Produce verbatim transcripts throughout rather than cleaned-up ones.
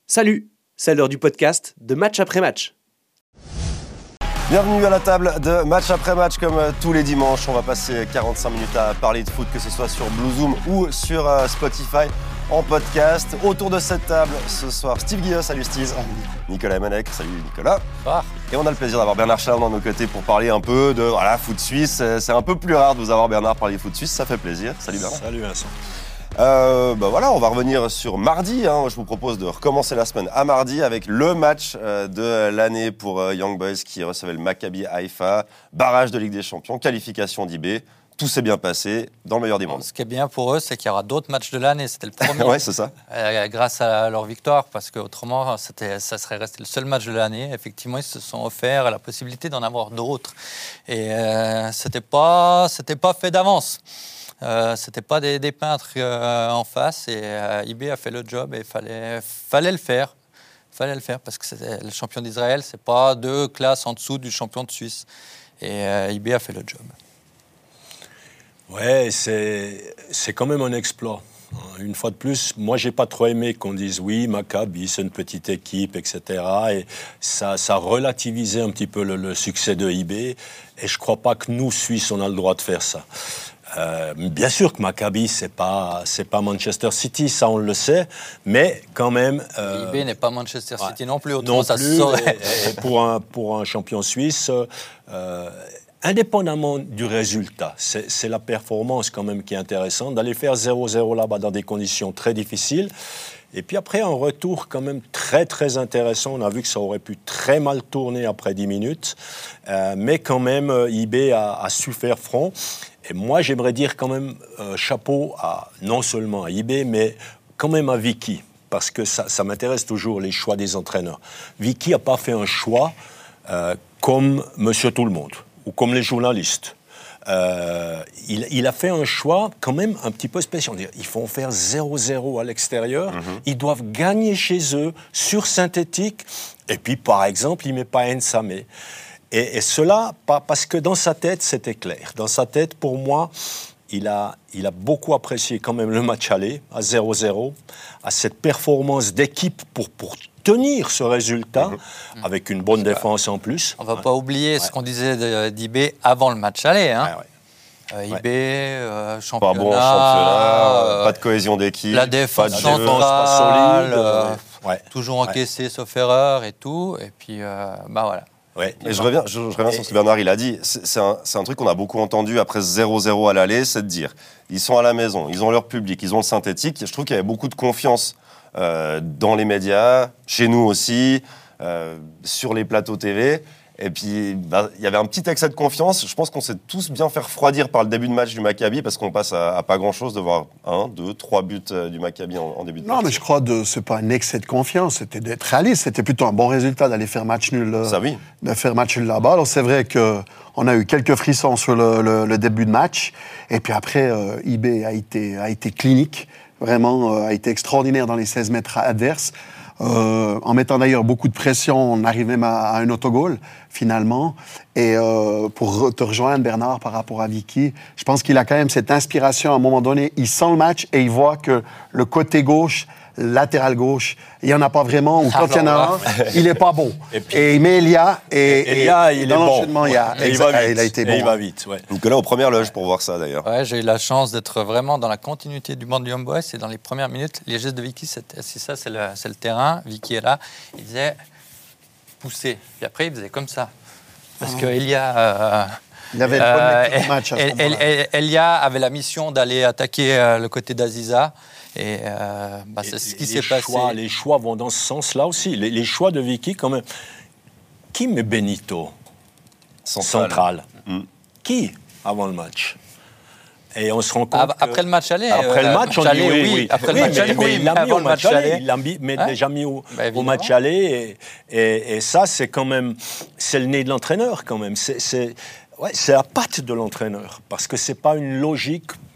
Salut, c'est l'heure du podcast de Match après match. Bienvenue à la table de Match après match comme tous les dimanches. On va passer quarante-cinq minutes à parler de foot, que ce soit sur Bluezoom ou sur euh, Spotify en podcast. Autour de cette table ce soir, Steve Guillot, salut Steve. Salut. Nicolas Emanek, salut Nicolas. Ah. Et on a le plaisir d'avoir Bernard Charles dans nos côtés pour parler un peu de voilà, foot suisse. C'est un peu plus rare de vous avoir Bernard parler foot suisse, ça fait plaisir. Salut Bernard. Salut Vincent. Euh, bah voilà, on va revenir sur mardi. Hein. Je vous propose de recommencer la semaine à mardi avec le match euh, de l'année pour euh, Young Boys qui recevait le Maccabi Haïfa, barrage de Ligue des Champions, qualification d'I B. Tout s'est bien passé dans le meilleur des mondes. Ce qui est bien pour eux, c'est qu'il y aura d'autres matchs de l'année. C'était le premier. Ouais, c'est ça. Euh, grâce à leur victoire, parce qu'autrement, c'était, ça serait resté le seul match de l'année. Effectivement, ils se sont offerts la possibilité d'en avoir d'autres. Et euh, c'était pas, c'était pas fait d'avance. Euh, c'était pas des, des peintres euh, en face et euh, I B a fait le job et il fallait, fallait le faire. Fallait le faire parce que c'était le champion d'Israël, c'est pas deux classes en dessous du champion de Suisse. Et euh, I B a fait le job. Ouais, c'est, c'est quand même un exploit. Une fois de plus, moi, j'ai pas trop aimé qu'on dise oui, Maccabi, c'est une petite équipe, et cetera. Et ça, ça relativisait un petit peu le, le succès de I B. Et je crois pas que nous, Suisses, on a le droit de faire ça. Euh, bien sûr que Maccabi, c'est pas, c'est pas Manchester City, ça on le sait, mais quand même... Euh, I B n'est pas Manchester City ouais, non plus, autrement non ça plus, saurait. Et, et pour, un, pour un champion suisse, euh, indépendamment du résultat, c'est, c'est la performance quand même qui est intéressante, d'aller faire zéro zéro là-bas dans des conditions très difficiles. Et puis après, un retour quand même très, très intéressant. On a vu que ça aurait pu très mal tourner après dix minutes. Euh, mais quand même, I B a, a su faire front. Et moi, j'aimerais dire quand même euh, chapeau à, non seulement à I B, mais quand même à Vicky. Parce que ça, ça m'intéresse toujours, les choix des entraîneurs. Vicky n'a pas fait un choix euh, comme Monsieur Tout-le-Monde ou comme les journalistes. Euh, il, il a fait un choix quand même un petit peu spécial. Ils font faire zéro zéro à l'extérieur. Mm-hmm. Ils doivent gagner chez eux, sur synthétique. Et puis, par exemple, il ne met pas Nsamé. Et, et cela, parce que dans sa tête, c'était clair. Dans sa tête, pour moi, il a, il a beaucoup apprécié quand même le match aller à zéro zéro, à cette performance d'équipe pour, pour tenir ce résultat, mmh. avec une bonne défense en plus. On ne va ouais. pas oublier ouais. ce qu'on disait d'I B avant le match aller. Hein. Ouais, ouais. Euh, I B, euh, championnat, pas bon championnat, euh, pas de cohésion d'équipe, la défense pas de centrale, défense pas solide, euh, ouais. toujours encaissé ouais. sauf erreur et tout. Et puis, euh, bah voilà. Ouais. Et je reviens, je, je reviens sur ce que Bernard il a dit. C'est, c'est, un, c'est un truc qu'on a beaucoup entendu après zéro zéro à l'aller, c'est de dire, ils sont à la maison, ils ont leur public, ils ont le synthétique. Je trouve qu'il y avait beaucoup de confiance euh, dans les médias, chez nous aussi, euh, sur les plateaux T V. Et puis, bah, il y avait un petit excès de confiance. Je pense qu'on s'est tous bien fait refroidir par le début de match du Maccabi parce qu'on passe à, à pas grand-chose de voir un, deux, trois buts du Maccabi en, en début de match. Non, mais je crois que ce n'est pas un excès de confiance. C'était d'être réaliste. C'était plutôt un bon résultat d'aller faire match nul, Ça, oui. de faire match nul là-bas. Alors, c'est vrai qu'on a eu quelques frissons sur le, le, le début de match. Et puis après, euh, I B a été, a été clinique. Vraiment, euh, a été extraordinaire dans les seize mètres adverses. Euh, en mettant d'ailleurs beaucoup de pression, on arrive même à, à un autogol, finalement. Et euh, pour te rejoindre, Bernard, par rapport à Vicky, je pense qu'il a quand même cette inspiration. À un moment donné, il sent le match et il voit que le côté gauche, latéral gauche, il n'y en a pas vraiment, ou quand il y en a un, il n'est pas bon. Et, puis, et mais Elia, et, et, Elia, il dans est l'enchaînement, bon. il, a, et il, va vite. il a été bon. Et il va vite, ouais. Donc là, aux premières loges pour voir ça, d'ailleurs. Ouais, j'ai eu la chance d'être vraiment dans la continuité du banc de Young Boys. Et dans les premières minutes, les gestes de Vicky, c'est, c'est ça, c'est le, c'est le terrain. Vicky est là. Il disait pousser. Puis après, il faisait comme ça. Parce ah. que Elia... Euh, il avait le euh, bon match à ce moment-là. Elia avait la mission d'aller attaquer euh, le côté d'Aziza. Et euh, bah, c'est et, ce qui s'est choix, passé. Les choix vont dans ce sens-là aussi. Les, les choix de Vicky, quand même. Qui met Benito central, central. Mm. Qui avant le match? Et on se rend compte ah, après le match aller. Après euh, le match, on dit oui, oui. oui. Après oui, le match mais, aller, mais oui. il l'a mis au match aller. Il l'a mis, mais hein? déjà mis au, bah, au match aller. Et, et, et ça, c'est quand même, c'est le nez de l'entraîneur quand même. C'est, c'est, ouais, c'est la patte de l'entraîneur parce que c'est pas une logique.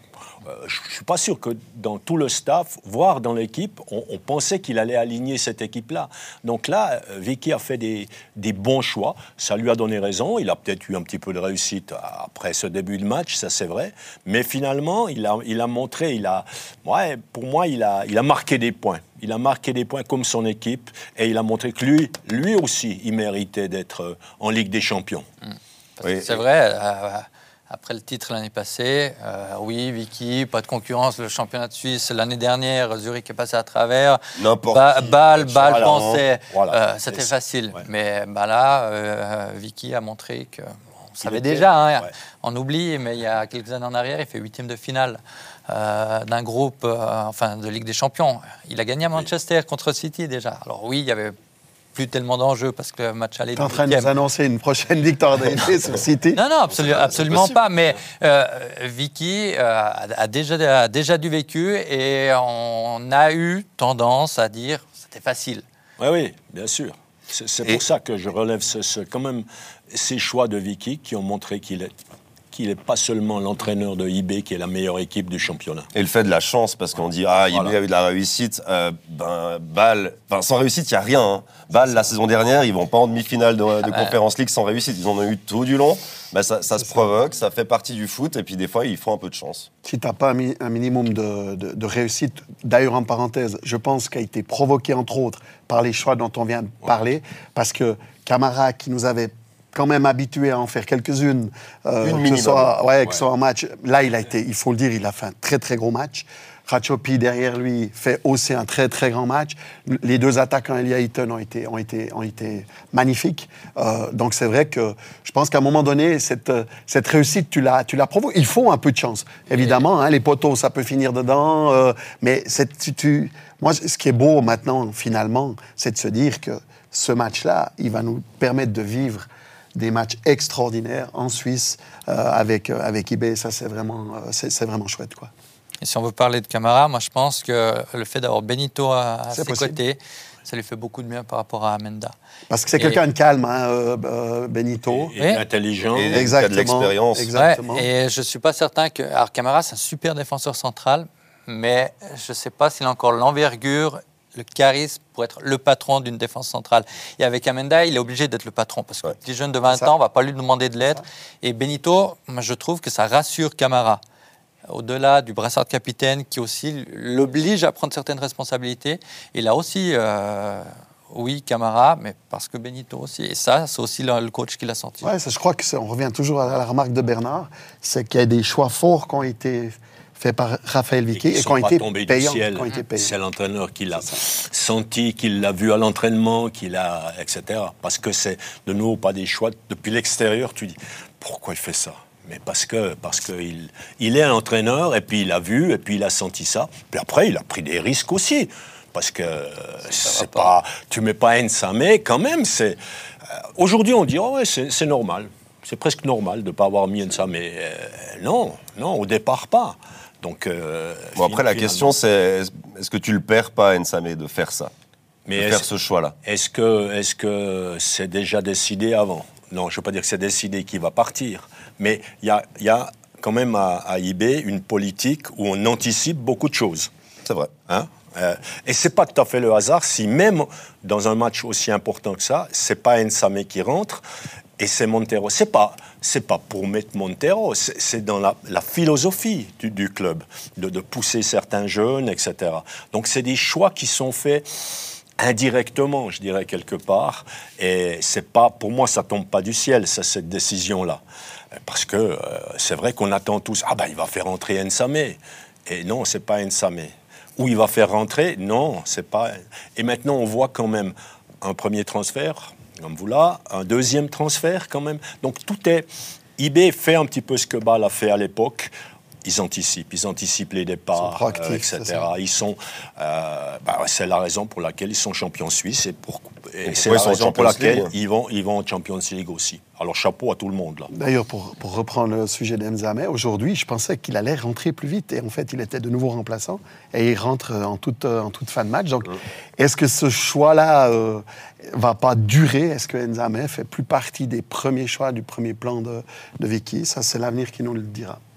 je ne suis pas sûr que dans tout le staff, voire dans l'équipe, on, on pensait qu'il allait aligner cette équipe-là. Donc là, Vicky a fait des, des bons choix. Ça lui a donné raison. Il a peut-être eu un petit peu de réussite après ce début de match, ça c'est vrai. Mais finalement, il a, il a montré, il a, ouais, pour moi, il a, il a marqué des points. Il a marqué des points comme son équipe et il a montré que lui, lui aussi, il méritait d'être en Ligue des Champions. Mmh. Oui. C'est vrai. Euh, Après le titre l'année passée, euh, oui, Vicky, pas de concurrence, le championnat de Suisse l'année dernière, Zurich est passé à travers. N'importe ba- qui. Bâle, Bâle Voilà, pensait, voilà. euh, c'était facile. Ouais. Mais bah là, euh, Vicky a montré que, on savait était, déjà, hein, ouais. on oublie, mais il y a quelques années en arrière, il fait huitième de finale euh, d'un groupe, euh, enfin de Ligue des Champions. Il a gagné à Manchester oui. contre City déjà. Alors oui, il y avait plus tellement d'enjeux parce que le match allait. Tu es en train de nous annoncer une prochaine victoire d'A sur City? Non, non, absolu- absolument pas. Mais euh, Vicky euh, a, a, déjà, a déjà du vécu et on a eu tendance à dire que c'était facile. Oui, oui, bien sûr. C'est, c'est pour et... ça que je relève ce, ce, quand même ces choix de Vicky qui ont montré qu'il est. qu'il n'est pas seulement l'entraîneur de I B qui est la meilleure équipe du championnat. Et le fait de la chance, parce qu'on dit « Ah, I B voilà. a eu de la réussite euh, », ben, Bâle, enfin, sans réussite, il n'y a rien. Hein. Bâle, la saison dernière, ils ne vont pas en demi-finale de, de ah Conference League sans réussite. Ils en ont eu tout du long. Ben, ça ça se ça. provoque, ça fait partie du foot, et puis des fois, il faut un peu de chance. Si tu n'as pas un, mi- un minimum de, de, de réussite, d'ailleurs, en parenthèse, je pense qu'a été provoqué, entre autres, par les choix dont on vient de parler, ouais. parce que Camara, qui nous avait quand même habitué à en faire quelques-unes, euh, Une que, ce soit, ouais, ouais. que ce soit en match. Là, il a été, il faut le dire, il a fait un très très gros match. Ratchopi, derrière lui, fait aussi un très très grand match. Les deux attaquants, Elia Eaton, ont été, ont été, ont été magnifiques. Euh, donc c'est vrai que je pense qu'à un moment donné, cette, cette réussite, tu la, tu la provoques. Il faut un peu de chance, évidemment. Hein, les poteaux, ça peut finir dedans. Euh, mais c'est, tu, tu, moi, ce qui est beau maintenant, finalement, c'est de se dire que ce match-là, il va nous permettre de vivre des matchs extraordinaires en Suisse euh, avec, euh, avec I B. Ça, c'est vraiment, euh, c'est, c'est vraiment chouette, quoi. Et si on veut parler de Camara, moi, je pense que le fait d'avoir Benito à, à ses possible. côtés, ça lui fait beaucoup de bien par rapport à Amenda. Parce que c'est et... quelqu'un de calme, hein, euh, euh, Benito. Et, et intelligent. Et exactement. Qui a de l'expérience. Exactement. Ouais, et je ne suis pas certain que... Alors, Camara, c'est un super défenseur central, mais je ne sais pas s'il a encore l'envergure, le charisme pour être le patron d'une défense centrale. Et avec Amenda, il est obligé d'être le patron, parce que ouais. petit jeune de vingt ans, on ne va pas lui demander de l'être. Et Benito, moi, je trouve que ça rassure Camara. Au-delà du brassard de capitaine qui aussi l'oblige à prendre certaines responsabilités. Il a aussi, euh, oui, Camara, mais parce que Benito aussi. Et ça, c'est aussi le, le coach qui l'a senti. Oui, je crois qu'on revient toujours à la remarque de Bernard, c'est qu'il y a des choix forts qui ont été faits par Raphaël Vicky et, et qui ont été payants. C'est l'entraîneur qui l'a senti, qui l'a vu à l'entraînement, qui l'a, et cetera. Parce que c'est de nouveau pas des choix. Depuis l'extérieur, tu dis, pourquoi il fait ça ? Mais parce que parce que il, il est un entraîneur et puis il a vu et puis il a senti ça. Puis après il a pris des risques aussi parce que ça c'est pas, pas tu mets pas Nsame quand même. C'est euh, aujourd'hui on dit oh ouais c'est, c'est normal, c'est presque normal de pas avoir mis Nsame. Mais euh, non non au départ pas. Donc euh, bon après la question c'est est-ce que tu le perds pas Nsame de faire ça, mais de faire ce choix là. Est-ce que est-ce que c'est déjà décidé avant? Non, je ne veux pas dire que c'est décidé qu'il va partir, mais il y a, y a quand même à, à I B une politique où on anticipe beaucoup de choses. C'est vrai. Hein euh, et ce n'est pas tout à fait le hasard si même dans un match aussi important que ça, ce n'est pas Nsame qui rentre et c'est Montero. Ce n'est pas, c'est pas pour mettre Montero, c'est, c'est dans la, la philosophie du, du club, de, de pousser certains jeunes, et cetera. Donc c'est des choix qui sont faits indirectement, je dirais, quelque part. Et c'est pas, pour moi, ça tombe pas du ciel, ça, cette décision-là. Parce que euh, c'est vrai qu'on attend tous, ah ben, il va faire rentrer Nsame. Et non, c'est pas Nsame. Ou il va faire rentrer, non, c'est pas... Et maintenant, on voit quand même un premier transfert, comme vous là, un deuxième transfert, quand même. Donc, tout est... I B fait un petit peu ce que Bâle a fait à l'époque. Ils anticipent, ils anticipent les départs, euh, et cetera. Ils sont, euh, bah, c'est la raison pour laquelle ils sont champions suisses et, pour, et c'est la raison pour laquelle League. ils vont, ils vont en Champions League aussi. Alors chapeau à tout le monde là. D'ailleurs, pour, pour reprendre le sujet d'Nsame, aujourd'hui, je pensais qu'il allait rentrer plus vite et en fait, il était de nouveau remplaçant et il rentre en toute, en toute fin de match. Donc, mmh. est-ce que ce choix-là euh, va pas durer? Est-ce que Nsame fait plus partie des premiers choix du premier plan de, de Vicky? Ça, c'est l'avenir qui nous le dira.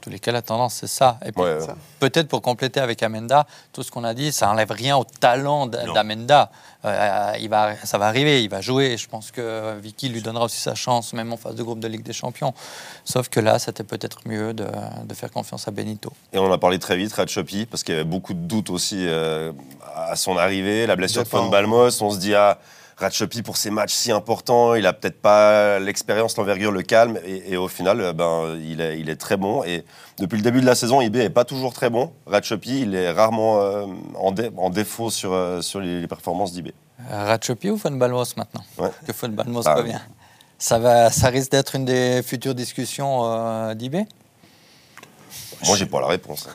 tous les cas, la tendance, c'est ça. Et puis, Ouais, ça. peut-être pour compléter avec Amenda, tout ce qu'on a dit, ça n'enlève rien au talent d- d'Amenda. Euh, il va, ça va arriver, il va jouer. Je pense que Vicky lui donnera aussi sa chance, même en phase de groupe de Ligue des Champions. Sauf que là, c'était peut-être mieux de, de faire confiance à Benito. Et on en a parlé très vite, Ratchopi, parce qu'il y avait beaucoup de doutes aussi euh, à son arrivée. La blessure de Départ. Fon Balmos, on se dit, ah, Ratchopi, pour ces matchs si importants, il a peut-être pas l'expérience, l'envergure, le calme. Et, et au final, euh, ben, il, est, il est très bon. Et depuis le début de la saison, I B n'est pas toujours très bon. Ratchopi, il est rarement euh, en, dé- en défaut sur, euh, sur les, les performances d'I B. Euh, Ratchopi ou Fon Balmos maintenant Ouais. que Fon Balmos Ah, revient. Ça, va, ça risque d'être une des futures discussions euh, d'I B. Moi, j'ai pas la réponse.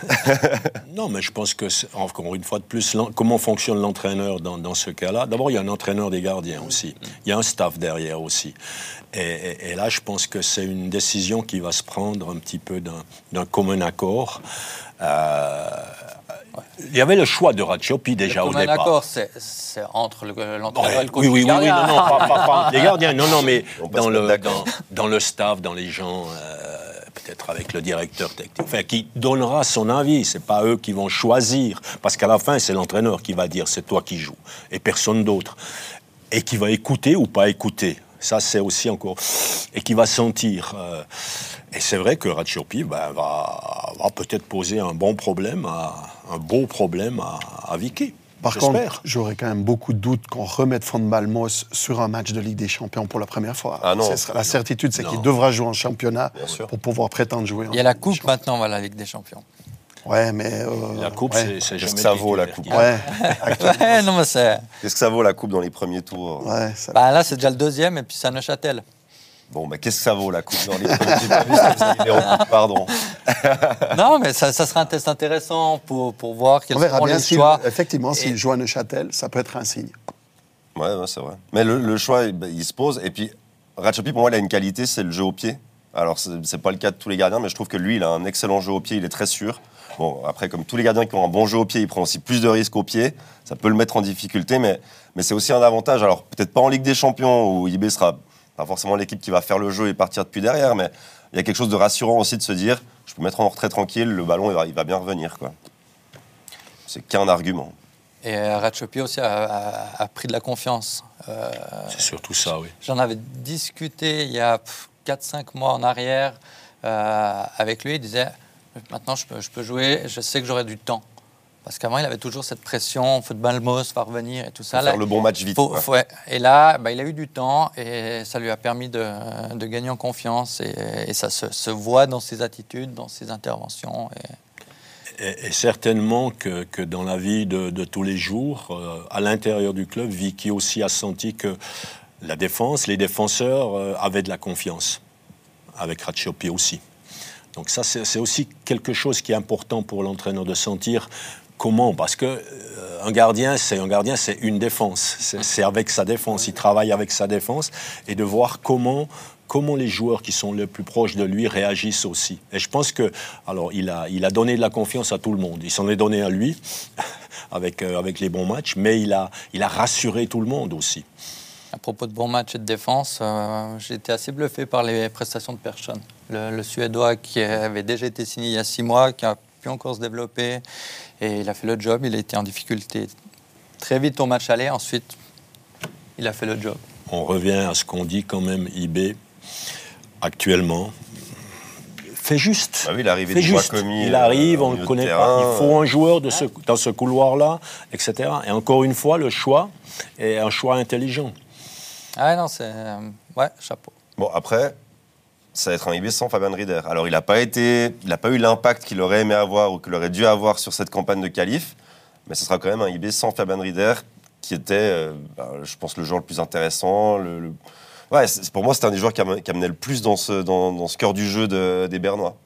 Non, mais je pense que, c'est- encore une fois de plus, l'en- comment fonctionne l'entraîneur dans, dans ce cas-là? D'abord, il y a un entraîneur des gardiens aussi. Il y a un staff derrière aussi. Et, et- et là, je pense que c'est une décision qui va se prendre un petit peu d'un, d'un commun accord. Euh, il y avait le choix de Ratchopi déjà Le au commun départ. accord, c'est, c'est entre le- l'entraîneur Ouais, et le coach oui, oui, du oui, oui, gardien. non, non, pas, pas- pas les gardiens, non, non, mais On peut se dans mettre le, d'accord. dans, dans le staff, dans les gens, euh, peut-être avec le directeur technique, enfin, qui donnera son avis, c'est pas eux qui vont choisir, parce qu'à la fin, c'est l'entraîneur qui va dire, c'est toi qui joues, et personne d'autre, et qui va écouter ou pas écouter. Ça, c'est aussi encore... Et qui va sentir. euh, Et c'est vrai que Ratchopi ben, va, va peut-être poser un bon problème, à, un beau problème à, à Vicky. Par J'espère. contre, j'aurais quand même beaucoup de doutes qu'on remette Fon Balmos sur un match de Ligue des Champions pour la première fois. Ah non. Ce sera- la certitude, c'est Non. qu'il devra jouer en championnat Bien sûr. pour pouvoir prétendre jouer. en Il y a la Ligue des coupe Champions. maintenant, voilà, la Ligue des Champions. Ouais, mais... euh, La coupe, ouais. c'est, c'est Qu'est-ce jamais que ça le vaut, la titulaire coupe qui gagne. Ouais, Ouais, non, mais c'est... Qu'est-ce que ça vaut, la coupe, dans les premiers tours? ouais, ça- Bah, là, c'est déjà le deuxième, et puis c'est à Neuchâtel. Bon, mais qu'est-ce que ça vaut, la coupe, dans les premiers tours? J'ai pas vu ça, il est en coupe, pardon. Non, mais ça, ça sera un test intéressant pour, pour voir quels On verra seront bien les si, choix. effectivement, Et- s'il joue à Neuchâtel, ça peut être un signe. Ouais, ouais, c'est vrai. Mais le, le choix, il, il se pose. Et puis, Ratchopi, pour moi, il a une qualité, c'est le jeu au pied. Alors, c'est, c'est pas le cas de tous les gardiens, mais je trouve que lui, il a un excellent jeu au pied, il est très sûr. Bon, après, comme tous les gardiens qui ont un bon jeu au pied, il prend aussi plus de risques au pied. Ça peut le mettre en difficulté, mais, mais c'est aussi un avantage. Alors, peut-être pas en Ligue des Champions, où I B sera pas forcément l'équipe qui va faire le jeu et partir depuis derrière, mais il y a quelque chose de rassurant aussi de se dire, je peux mettre en retrait tranquille, le ballon, il va, il va bien revenir, quoi. C'est qu'un argument. Et euh, Ratchopi aussi a, a- a pris de la confiance. Euh, C'est surtout ça, oui. J'en avais discuté il y a quatre cinq mois en arrière euh, avec lui. Il disait, maintenant je peux, je peux jouer, je sais que j'aurai du temps. Parce qu'avant, il avait toujours cette pression, football Moss va revenir et tout ça. Faut faire le bon match vite, faut- quoi. faut- ouais. Et là, bah, il a eu du temps et ça lui a permis de, de gagner en confiance. Et, et ça se, se voit dans ses attitudes, dans ses interventions. Et... Et, et certainement que, que dans la vie de, de tous les jours, euh, à l'intérieur du club, Vicky aussi a senti que la défense, les défenseurs euh, avaient de la confiance, avec Ratchopi aussi. Donc ça, c'est, c'est aussi quelque chose qui est important pour l'entraîneur de sentir comment, parce que euh, un gardien, c'est un gardien, c'est une défense, c'est, c'est avec sa défense, il travaille avec sa défense, et de voir comment comment les joueurs qui sont les plus proches de lui réagissent aussi. Et je pense que, alors, il a, il a donné de la confiance à tout le monde. Il s'en est donné à lui, avec, euh, avec les bons matchs, mais il a, il a rassuré tout le monde aussi. À propos de bons matchs et de défense, euh, j'ai été assez bluffé par les prestations de Persson. Le, le Suédois qui avait déjà été signé il y a six mois, qui a pu encore se développer, et il a fait le job, il a été en difficulté très vite au match aller, ensuite il a fait le job. On revient à ce qu'on dit quand même, I B, actuellement. Fait juste. Bah oui, l'arrivée Fait de juste. Bois-Commis, Il arrive, euh, on au ne milieu connaît de pas. terrain, Il faut un joueur de ce, dans ce couloir-là, et cetera. Et encore une fois, le choix est un choix intelligent. Ah non, c'est... euh, ouais, chapeau. Bon, après, ça va être un I B sans Fabian Rieder. Alors, il n'a pas été, il n'a pas eu l'impact qu'il aurait aimé avoir ou qu'il aurait dû avoir sur cette campagne de qualif, mais ce sera quand même un I B sans Fabian Rieder qui était, euh, bah, je pense, le joueur le plus intéressant. Le, le... Ouais, c'est, pour moi, c'était un des joueurs qui, am- qui amenait le plus dans ce, dans, dans ce cœur du jeu de, des Bernois.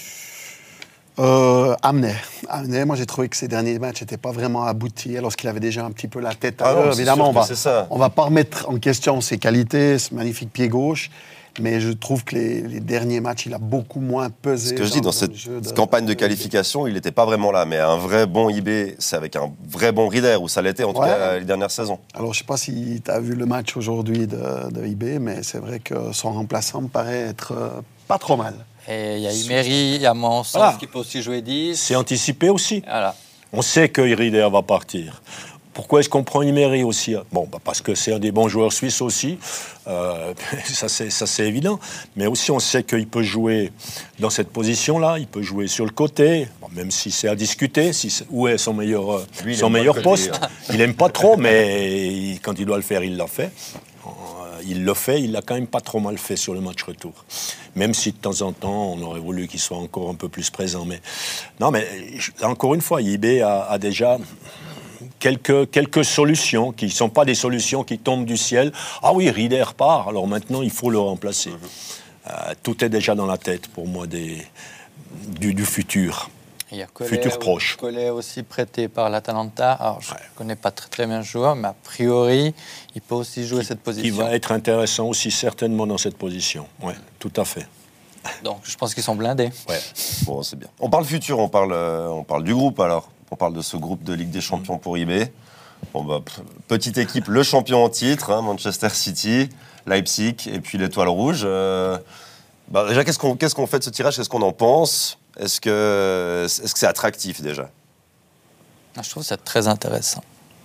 Euh, Amnet. Amnet, moi j'ai trouvé que ses derniers matchs n'étaient pas vraiment aboutis, lorsqu'il avait déjà un petit peu la tête Ah à non, l'heure. c'est Évidemment, sûr on que va, c'est ça. on va pas remettre en question ses qualités, ce magnifique pied gauche, mais je trouve que les, les derniers matchs, il a beaucoup moins pesé. Ce que je dis, dans le cette jeu de- campagne de de- qualification, il n'était pas vraiment là. Mais un vrai bon I B, c'est avec un vrai bon Rieder, où ça l'était en tout Ouais. cas les dernières saisons. Alors, je ne sais pas si tu as vu le match aujourd'hui de, de I B, mais c'est vrai que son remplaçant me paraît être euh, pas trop mal. Et il y a Imery, il y a mon sens Voilà. qui peut aussi jouer dix. C'est anticipé aussi. Voilà. On sait que Rieder va partir. Pourquoi est-ce qu'on prend Imery aussi? Bon, bah parce que c'est un des bons joueurs suisses aussi, euh, ça, c'est, ça c'est évident. Mais aussi, on sait qu'il peut jouer dans cette position-là, il peut jouer sur le côté, bon, même si c'est à discuter, si c'est, où est son meilleur, euh, Lui, il son aime meilleur pas le poste. côté, Il n'aime pas trop, mais il- quand il doit le faire, il l'a fait. Euh, Il le fait, il l'a quand même pas trop mal fait sur le match retour. Même si de temps en temps, on aurait voulu qu'il soit encore un peu plus présent. Mais non, mais je- encore une fois, I B a, a déjà quelques, quelques solutions qui ne sont pas des solutions qui tombent du ciel. Ah oui, Rieder part, alors maintenant il faut le remplacer. Euh, tout est déjà dans la tête pour moi des, du, du futur. Il y a Collet, Futur proche. Collet aussi prêté par l'Atalanta. Alors, je ne connais pas très, très bien le joueur, mais a priori, il peut aussi jouer cette Qui position. va être intéressant aussi certainement dans cette position. Oui, tout à fait. Donc, je pense qu'ils sont blindés. Ouais. Bon, c'est bien. On parle futur, on parle, euh, on parle du groupe alors. On parle de ce groupe de Ligue des Champions pour I B. Bon, bah, p- petite équipe, le champion en titre, hein, Manchester City, Leipzig et puis l'Étoile Rouge. Euh, bah, déjà, qu'est-ce qu'on, qu'est-ce qu'on fait de ce tirage? Qu'est-ce qu'on en pense? Est-ce que, est-ce que c'est attractif déjà? Je trouve ça très intéressant.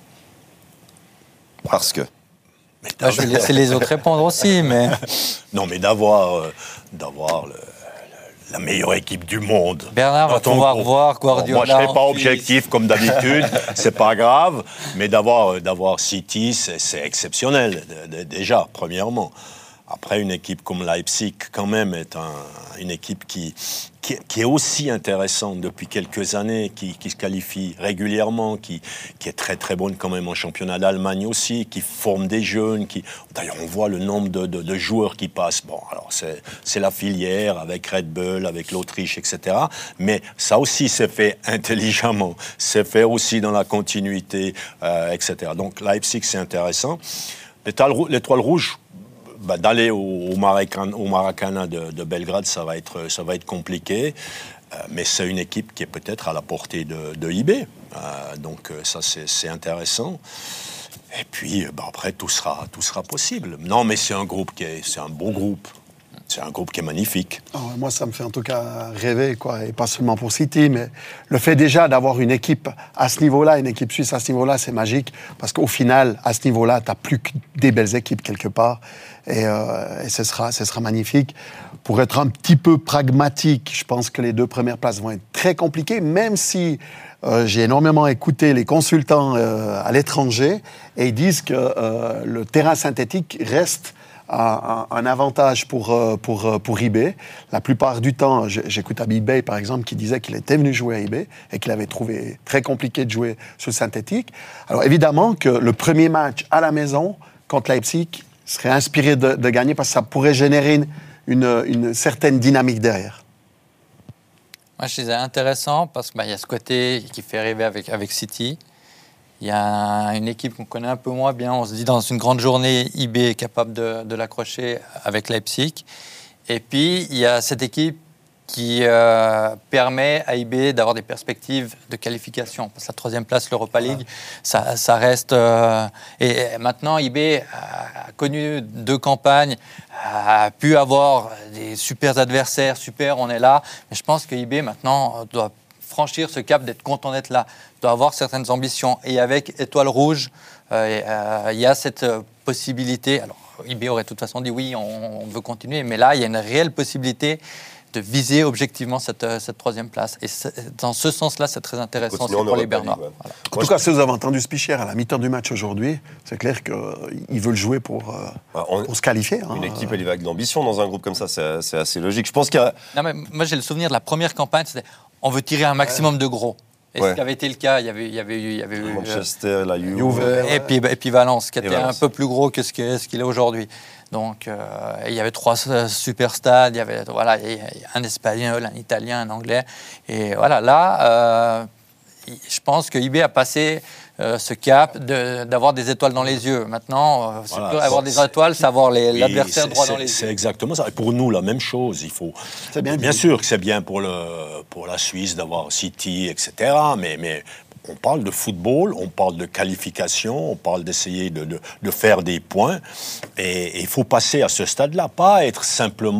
Parce que. Moi, je vais laisser les autres répondre aussi, mais Non, mais d'avoir, euh, d'avoir le- la meilleure équipe du monde. Bernard va Dans ton pouvoir groupe. voir Bon, Guardiola. moi, je ne serai pas en objectif comme d'habitude, c'est pas grave, mais d'avoir, euh, d'avoir City, c'est, c'est exceptionnel, d- d- déjà, premièrement. Après, une équipe comme Leipzig, quand même, est un- une équipe qui, qui, qui est aussi intéressante depuis quelques années, qui, qui se qualifie régulièrement, qui, qui est très très bonne quand même en championnat d'Allemagne aussi, qui forme des jeunes. Qui... D'ailleurs, on voit le nombre de, de, de joueurs qui passent. Bon, alors c'est, c'est la filière avec Red Bull, avec l'Autriche, et cetera. Mais ça aussi, c'est fait intelligemment. C'est fait aussi dans la continuité, euh, et cetera. Donc Leipzig, c'est intéressant. L'étoile, rou- l'étoile rouge, bah, d'aller au, au, Maracana, au Maracana de, de Belgrade, ça va être, ça va être compliqué. Euh, mais c'est une équipe qui est peut-être à la portée de, de I B. Euh, donc euh, ça, c'est, c'est intéressant. Et puis, bah, après, tout sera, tout sera possible. Non, mais c'est un groupe qui est, c'est un beau groupe. C'est un groupe qui est magnifique. Ah ouais, moi, ça me fait en tout cas rêver, quoi, et pas seulement pour City, mais le fait déjà d'avoir une équipe à ce niveau-là, une équipe suisse à ce niveau-là, c'est magique, parce qu'au final, à ce niveau-là, tu n'as plus que des belles équipes quelque part, et, euh, et ce sera, ce sera magnifique. Pour être un petit peu pragmatique, je pense que les deux premières places vont être très compliquées, même si euh, j'ai énormément écouté les consultants euh, à l'étranger, et ils disent que euh, le terrain synthétique reste un, un avantage pour, pour, pour I B. La plupart du temps, j'écoute Habib Bey, par exemple, qui disait qu'il était venu jouer à I B et qu'il avait trouvé très compliqué de jouer sur le synthétique. Alors évidemment que le premier match à la maison contre Leipzig serait inspiré de, de gagner parce que ça pourrait générer une, une, une certaine dynamique derrière. moi, je disais intéressant parce qu'il bah, y a ce côté qui fait rêver avec, avec City. Il y a une équipe qu'on connaît un peu moins bien. On se dit dans une grande journée, I B est capable de, de l'accrocher avec Leipzig. Et puis, il y a cette équipe qui euh, permet à I B d'avoir des perspectives de qualification. Parce que la troisième place, l'Europa League, ça, ça reste... Euh, et maintenant, I B a connu deux campagnes, a pu avoir des super adversaires, super, on est là. Mais je pense que I B, maintenant, doit franchir ce cap d'être content d'être là, doit avoir certaines ambitions. Et avec Étoile Rouge, euh, euh, il y a cette possibilité... Alors, I B aurait de toute façon dit oui, on, on veut continuer, mais là, il y a une réelle possibilité de viser objectivement cette, cette troisième place. Et dans ce sens-là, c'est très intéressant aussi pour les Bernois. Ouais. Voilà. En tout cas, si vous avez entendu Spicher à la mi-temps du match aujourd'hui, c'est clair qu'ils veulent jouer pour, euh, Bah, on- pour se qualifier. Hein. Une équipe, elle y va avec de l'ambition dans un groupe comme ça, c'est, c'est assez logique. Je pense qu'il y a... Non, mais moi, j'ai le souvenir de la première campagne, c'était on veut tirer un maximum de gros. Et Ouais. ce qui avait été le cas, il y avait, il y avait eu... Il y avait eu Manchester, la Juve. Juve. euh, et, puis, et puis Valence, qui Et était Valence. un peu plus gros que ce, que, ce qu'il est aujourd'hui. Donc, euh, il y avait trois euh, super stades, il y avait voilà, il y a un Espagnol, un Italien, un Anglais. Et voilà, là, euh, je pense que I B a passé euh, ce cap de, d'avoir des étoiles dans les yeux. Maintenant, euh, c'est Voilà, plus avoir c'est- des étoiles, c'est avoir les, Oui, l'adversaire c'est- droit dans c'est- les C'est yeux. exactement ça. Et pour nous, la même chose. Il faut. C'est bien bien dit. sûr que c'est bien pour, le, pour la Suisse d'avoir City, et cetera. Mais, mais on parle de football, on parle de qualification, on parle d'essayer de, de, de faire des points. Et il faut passer à ce stade-là, pas être simplement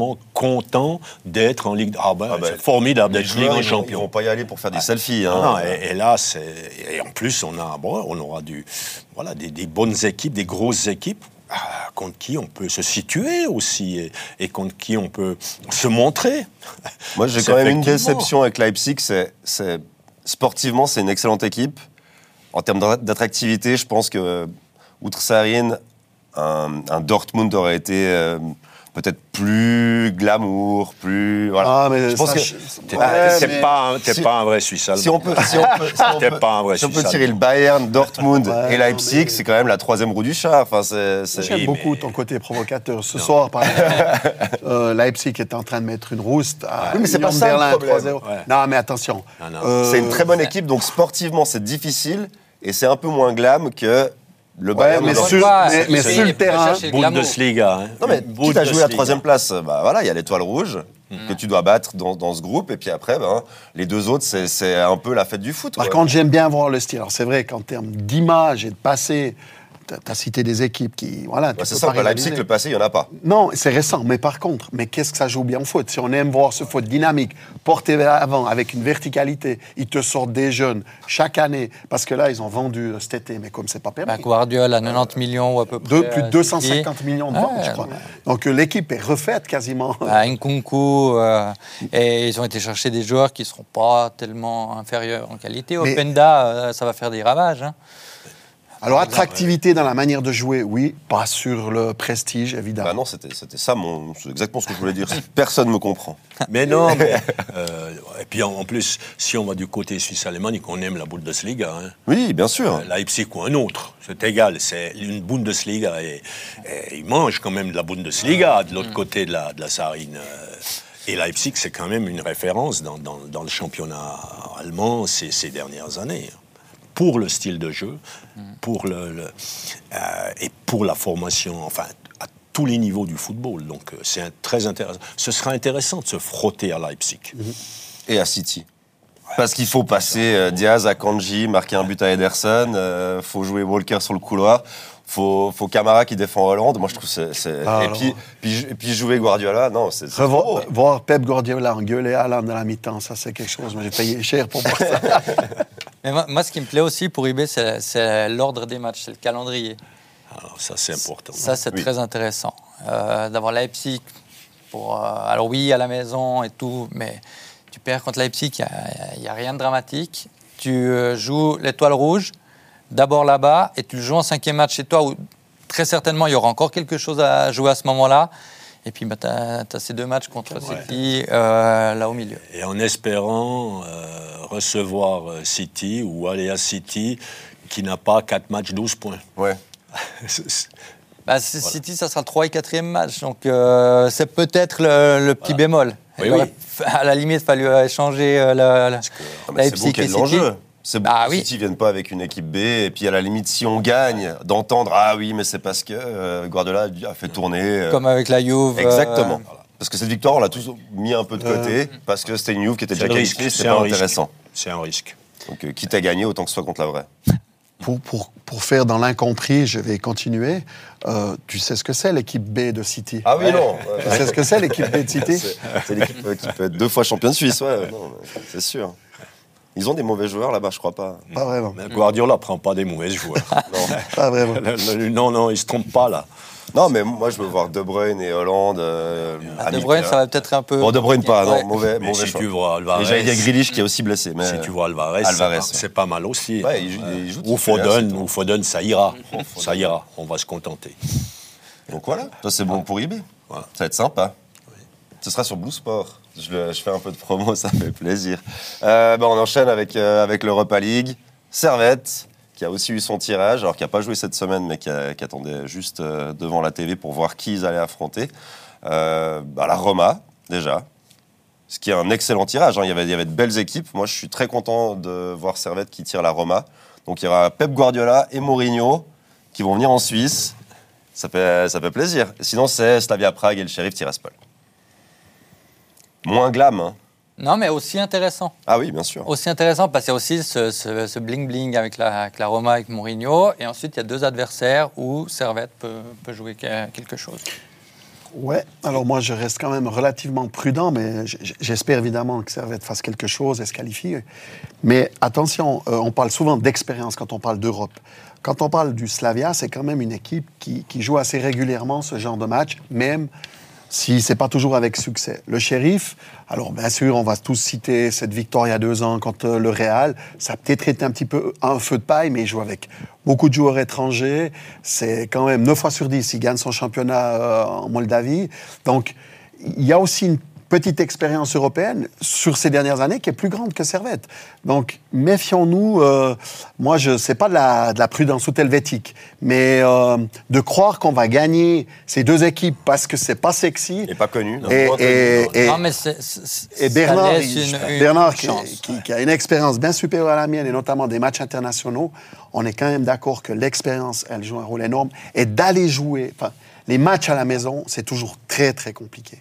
contents d'être en Ligue. Ah ben, Ah ben, c'est formidable Les d'être Ligue joueurs, en ils vont- champion. Ils vont pas y aller pour faire des selfies. Hein. Non, et, et là, c'est et en plus on a bon, on aura du voilà des, des bonnes équipes, des grosses équipes ah, contre qui on peut se situer aussi et, et contre qui on peut se montrer. Moi, j'ai C'est quand même une effectivement. déception avec Leipzig. C'est, c'est sportivement, c'est une excellente équipe. En termes d'at- d'attractivité, je pense que outre Sarine, un, un Dortmund aurait été euh, peut-être plus glamour, plus voilà. Ah, mais je pense ça, que je- T'es Ouais, t'es mais pas, un- t'es si- pas un vrai Suisse allemand. si on peut, si on peut, si on T'es peut- pas un vrai si on peut Suisse tirer le allemand. Bayern, Dortmund Ouais, et non, Leipzig, mais- c'est quand même la troisième roue du char. Enfin, c'est, c'est- J'aime Oui, beaucoup mais- ton côté provocateur. Ce soir, par exemple, euh, Leipzig est en train de mettre une rouste à Oui, mais c'est Union pas ça, le Berlin problème. trois zéro. Ouais. Non, mais attention. Non, non. Euh, c'est une très bonne équipe. Donc sportivement, c'est difficile et c'est un peu moins glam que le Ouais, Bayern. mais ou le sur, Ouais, mais, mais c'est- sur le c'est- terrain, c'est- glamour. Bundesliga. Hein. Non, mais quitte à jouer la Bundesliga. troisième place, bah voilà, il y a l'étoile rouge que tu dois battre dans, dans ce groupe. Et puis après, ben, les deux autres, c'est, c'est un peu la fête du foot. par ouais. contre, j'aime bien voir le style. Alors, c'est vrai qu'en termes d'image et de passé, tu as cité des équipes qui. Voilà, tu Ouais, c'est peux ça, pas bah, Leipzig, rivaliser. le passé, il n'y en a pas. Non, c'est récent, mais par contre, mais qu'est-ce que ça joue bien au foot? Si on aime voir ce foot dynamique, porté vers l'avant, avec une verticalité, ils te sortent des jeunes chaque année, parce que là, ils ont vendu euh, cet été, mais comme c'est pas permis. Bah, Guardiola, quatre-vingt-dix millions ou à peu près. De, plus de euh, deux cent City. cinquante millions de ventes, Ouais, je crois. ouais. Donc euh, l'équipe est refaite quasiment. Bah, Nkunku, euh, et ils ont été chercher des joueurs qui ne seront pas tellement inférieurs en qualité. Mais- Openda, euh, ça va faire des ravages. Hein. Alors, attractivité dans la manière de jouer, oui, pas sur le prestige, évidemment. Bah non, c'était, c'était ça, mon, c'est exactement ce que je voulais dire. Personne ne me comprend. Mais non, mais, euh, et puis en, en plus, si on va du côté suisse-allemand et qu'on aime la Bundesliga, hein, Oui, bien sûr. Leipzig ou un autre, c'est égal, c'est une Bundesliga et, et ils mangent quand même de la Bundesliga de l'autre côté de la, de la Sarine. euh, Et Leipzig, c'est quand même une référence dans, dans, dans le championnat allemand ces, ces dernières années. Pour le style de jeu, pour le, le, euh, et pour la formation, enfin, à tous les niveaux du football. Donc, euh, c'est un- très intéressant. Ce sera intéressant de se frotter à Leipzig. Et à City. Parce qu'il faut passer euh, Diaz à Kanji, marquer un but à Ederson, il euh, faut jouer Walker sur le couloir, faut, faut Camara qui défend Hollande. Moi, je trouve que c'est... c'est- Ah, et, alors. puis, puis, et puis jouer Guardiola, non, c'est... c'est Revoir, trop beau. voir Pep Guardiola engueuler Haaland à la mi-temps, ça c'est quelque chose. Moi j'ai payé cher pour voir ça. Mais moi, moi, ce qui me plaît aussi pour I B, c'est, c'est l'ordre des matchs, c'est le calendrier. Alors, ça, c'est important. Ça, c'est Oui. très intéressant. Euh, d'avoir Leipzig, pour, euh, alors oui, à la maison et tout, mais tu perds contre Leipzig, il n'y a, a rien de dramatique. Tu euh, joues l'étoile rouge, d'abord là-bas, et tu le joues en cinquième match chez toi, où très certainement, il y aura encore quelque chose à jouer à ce moment-là. Et puis, bah, tu as ces deux matchs contre City, euh, là au milieu. Et en espérant euh, recevoir euh, City ou aller à City qui n'a pas quatre matchs, douze points. Ouais. C'est- c'est- Bah, c- City, ça sera le trois et quatrième match, donc euh, c'est peut-être le, le petit bémol. Oui, Il aurait oui. f- à la limite fallu euh, échanger euh, la, la- Ah, mais c'est Leipzig beau qu'il y ait et de City. l'enjeu. C'est beau Ah que oui. City ne vienne pas avec une équipe B. Et puis, à la limite, si on gagne, d'entendre « Ah oui, mais c'est parce que euh, Guardiola a fait tourner... euh, Comme avec la Juve. euh, Exactement. Parce que cette victoire, on l'a tous mis un peu de côté, parce que c'était une Juve qui était c'est déjà le risque. qualifiée, C'est c'était un pas risque. intéressant. C'est un risque. Donc, euh, quitte à gagner, autant que ce soit contre la vraie. pour, pour, pour faire dans l'incompris, je vais continuer. Euh, tu sais ce que c'est l'équipe B de City? Ah oui, non. Tu sais ce que c'est l'équipe B de City? C'est c'est l'équipe euh, qui peut être deux fois championne de Suisse, ouais, non, c'est sûr. Ils ont des mauvais joueurs là-bas, je crois pas. Pas vraiment. Mais Guardiola prend pas des mauvais joueurs. Pas vraiment. Le- le- non, non, il se trompe pas là. Non, mais moi, je veux voir De Bruyne et Hollande. Euh, Ah, De Hamilton. Bruyne, ça va peut-être un peu. Bon, De Bruyne pas, non, Ouais. mauvais, Mais mauvais si choix. tu vois Alvarez, Et j'allais dire Grealish qui est aussi blessé. Mais... si tu vois Alvarez, Alvarez, c'est, pas, ouais. c'est pas mal aussi. Ouais, il joue- il joue ou titulaire, Foden, c'est tout. ou Foden, ça ira. Ça ira. On va se contenter. Donc voilà, ça c'est bon pour I B. Voilà. Ça va être sympa. Ce sera sur Blue Sport. Je, le- je fais un peu de promo, ça fait plaisir. Euh, bah, on enchaîne avec, euh, avec l'Europa League. Servette, qui a aussi eu son tirage, alors qui n'a pas joué cette semaine, mais qui, a- qui attendait juste euh, devant la T V pour voir qui ils allaient affronter. Euh, bah, la Roma, déjà. Ce qui est un excellent tirage. hein. Il y avait, il y avait de belles équipes. Moi, je suis très content de voir Servette qui tire la Roma. Donc, il y aura Pep Guardiola et Mourinho qui vont venir en Suisse. Ça fait, ça fait plaisir. Sinon, c'est Slavia Prague et le Sheriff Tiraspol. Moins glam, hein. Non, mais aussi intéressant. Ah oui, bien sûr. Aussi intéressant parce qu'il y a aussi ce, ce, ce bling-bling avec la, avec la Roma, avec Mourinho. Et ensuite, il y a deux adversaires où Servette peut, peut jouer que- quelque chose. Ouais, alors moi je reste quand même relativement prudent, mais j'espère évidemment que Servette fasse quelque chose et se qualifie. Mais attention, euh, on parle souvent d'expérience quand on parle d'Europe. Quand on parle du Slavia, c'est quand même une équipe qui, qui joue assez régulièrement ce genre de match, même si ce n'est pas toujours avec succès. Le Sheriff, alors bien sûr, on va tous citer cette victoire il y a deux ans contre le Real. Ça a peut-être été un petit peu un feu de paille, mais il joue avec beaucoup de joueurs étrangers. C'est quand même neuf fois sur dix, il gagne son championnat euh, en Moldavie. Donc, il y a aussi une petite expérience européenne sur ces dernières années qui est plus grande que Servette. Donc, méfions-nous. Euh, moi, je sais pas de la, de la prudence ou helvétique, mais euh, de croire qu'on va gagner ces deux équipes parce que c'est pas sexy. Et pas connu. Non. Et, et, et, non, mais c'est, c'est, et Bernard, ça il, laisse une, une Bernard qui, chance, qui, ouais. qui a une expérience bien supérieure à la mienne, et notamment des matchs internationaux, on est quand même d'accord que l'expérience, elle joue un rôle énorme. Et d'aller jouer, enfin, les matchs à la maison, c'est toujours très, très compliqué.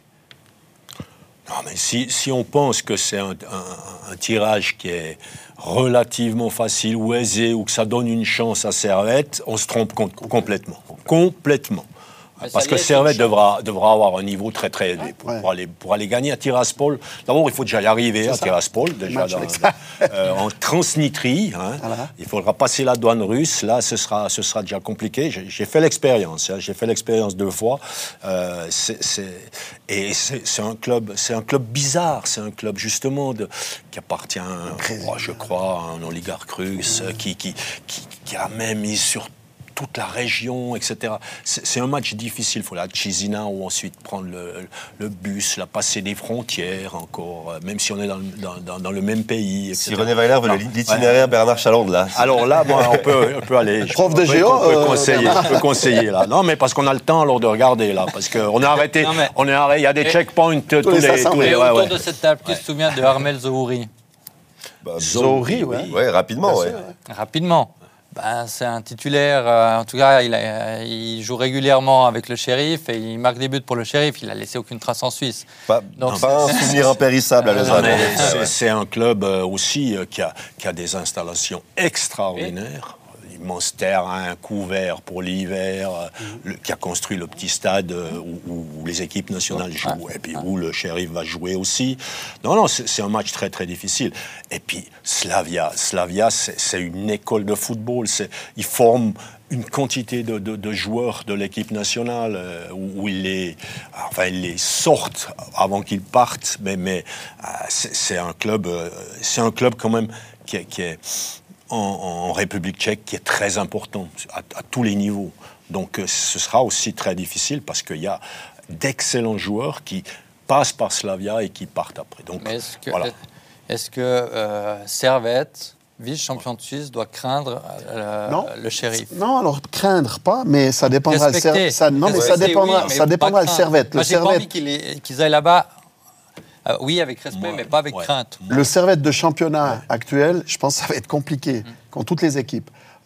Non, mais si, si on pense que c'est un, un, un tirage qui est relativement facile ou aisé, ou que ça donne une chance à Servette, on se trompe com- complètement. Complètement. Mais Parce ça que laisse Servette une chance. devra, devra avoir un niveau très très élevé pour, Ouais. pour, aller, pour aller gagner à Tiraspol. D'abord, il faut déjà y arriver à ça. Tiraspol, déjà Match dans- avec dans- euh, en Transnistrie. Hein. Voilà. Il faudra passer la douane russe. Là, ce sera, ce sera déjà compliqué. J'ai, j'ai fait l'expérience. Hein. J'ai fait l'expérience deux fois. Euh, c'est, c'est, et c'est, c'est un club, c'est un club bizarre. C'est un club justement de, qui appartient, oh, je crois, à un oligarque russe mmh. qui, qui, qui, qui a même mis sur toute la région, et cetera. C'est, c'est un match difficile. Il faut aller à Chisinau, ensuite prendre le, le bus, la passer des frontières encore, même si on est dans, dans, dans, dans le même pays, et cetera. Si René Weiler veut Non, l'itinéraire ouais. Bernard Chaland, là. Alors là, moi, on peut, on peut aller. Prof de on peut- géo, on peut euh, conseiller, on peut conseiller là. Non, mais parce qu'on a le temps alors de regarder là, parce qu'on a arrêté. Non, mais- on est arrêté. Il y a des Et- checkpoints tous les les. cinq cents tous les- Et ouais, autour ouais. de cette table, qui se souvient de Armel Zohouri? Bah, Zohouri, ouais. Ouais, rapidement, Bien ouais. sûr, ouais. Rapidement. Ben, c'est un titulaire, euh, en tout cas, il, a, il joue régulièrement avec le Sheriff et il marque des buts pour le Sheriff. Il n'a laissé aucune trace en Suisse. Pas, Donc, pas un c'est- souvenir impérissable à Non, Lausanne. mais Ouais, c'est, ouais. c'est un club euh, aussi euh, qui, a, qui a des installations extraordinaires. Immense terrain couvert pour l'hiver, euh, le- qui a construit le petit stade euh, où, où- où les équipes nationales jouent, et puis où le Sheriff va jouer aussi. Non, non, c'est, c'est un match très, très difficile. Et puis, Slavia, Slavia c'est, c'est une école de football. C'est, ils forment une quantité de, de, de joueurs de l'équipe nationale euh, où, où ils, les, enfin, ils les sortent avant qu'ils partent, mais, mais euh, c'est, c'est, un club, euh, c'est un club quand même qui est... Qui est En, en République tchèque qui est très important à, à tous les niveaux. Donc euh, ce sera aussi très difficile parce qu'il y a d'excellents joueurs qui passent par Slavia et qui partent après. Donc, Mais est-ce que, voilà. est-ce que euh, Servette, vice-champion de Suisse, doit craindre euh, Non. le Sheriff? Non, alors craindre pas, mais ça dépendra. Le Respecter. Ser- ça, non, mais ça Respecter, dépendra, oui, mais ça pas dépendra le craindre. Servette. Moi, Le j'ai pas envie Servette, qu'ils, aient- qu'ils aillent là-bas, euh, oui, avec respect, Ouais. mais pas avec Ouais. crainte. le Servette de championnat actuel, je pense que ça va être compliqué, contre toutes les équipes.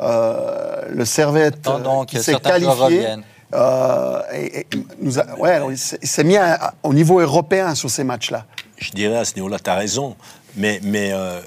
Euh, le Servette Attendons euh, qui que s'est certains joueurs qualifié, reviennent. euh, et, et nous a, ouais, alors, il, s'est, il s'est mis à- à- au niveau européen sur ces matchs-là. Je dirais à ce niveau-là, tu as raison, mais, mais euh,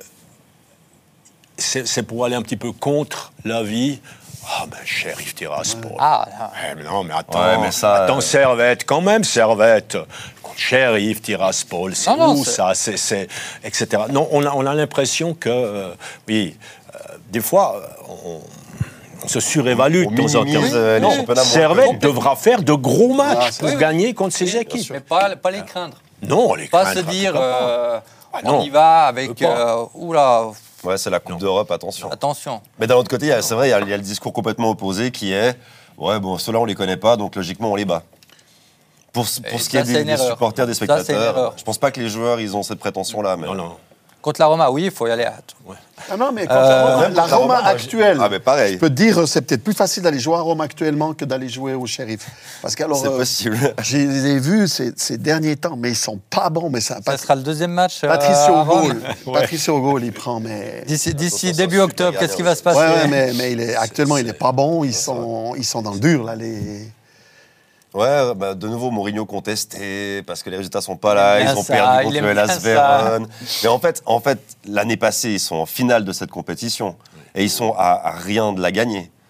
c'est, c'est pour aller un petit peu contre l'avis. Ah ben, Sheriff Tiraspol. Ah, là. Ouais, mais non, mais attends, Ouais, mais ça, attends euh, Servette, quand même, Servette. Contre Sheriff, Tiraspol, c'est Non, non, où c'est- ça, c'est, c'est, et cetera. Non, on a, on a l'impression que, euh, oui, euh, des fois, euh, on, on se surévalue On de temps en temps. minimise, euh, les Non, championnats moins Servette connus. devra faire de gros matchs Ah, c'est pour oui, oui. gagner contre ses Oui, équipes. Mais pas, pas les craindre. Non, les Pas craindre, se dire, pourquoi pas. euh, Ah, on non. y va avec, On peut pas. euh, oula, Ouais, c'est la Coupe d'Europe, attention. attention. Mais d'un autre côté, il y a- c'est vrai, il y, a, il y a le discours complètement opposé qui est ouais, bon, ceux-là, on les connaît pas, donc logiquement, on les bat. Pour, ce- Et pour ce qui ça, est c'est des, une des erreur. supporters, des Ça, c'est une spectateurs, erreur. je pense pas que les joueurs, ils ont cette prétention-là. Mais... Non, non. Contre la Roma, oui, il faut y aller à hâte. Ah non, mais quand Euh, la Roma, même la contre la Roma Roma, actuelle, Ah, mais pareil. je peux te dire, c'est peut-être plus facile d'aller jouer à Rome actuellement que d'aller jouer au Sheriff. Parce qu'alors, C'est euh, possible. je les ai vus ces, ces derniers temps, mais ils sont pas bons. Mais ça, Ça Pat- sera le deuxième match. euh, Patricio à Rome. Gaulle, Patricio Gaulle, il prend, mais D'ici, d'ici Attention, début super octobre, gardien qu'est-ce qui va se ouais, passer? ouais, mais, mais il est, actuellement, il est pas bon. Ils sont, ils sont dans le dur là. Les... Ouais, bah, de nouveau, Mourinho contesté, parce que les résultats sont pas là, Il aime ils bien ont ça, perdu il contre aime le bien Hellas ça. Vérone. Mais en fait, en fait, l'année passée, ils sont en finale de cette compétition, et ils sont à, à rien de la gagner.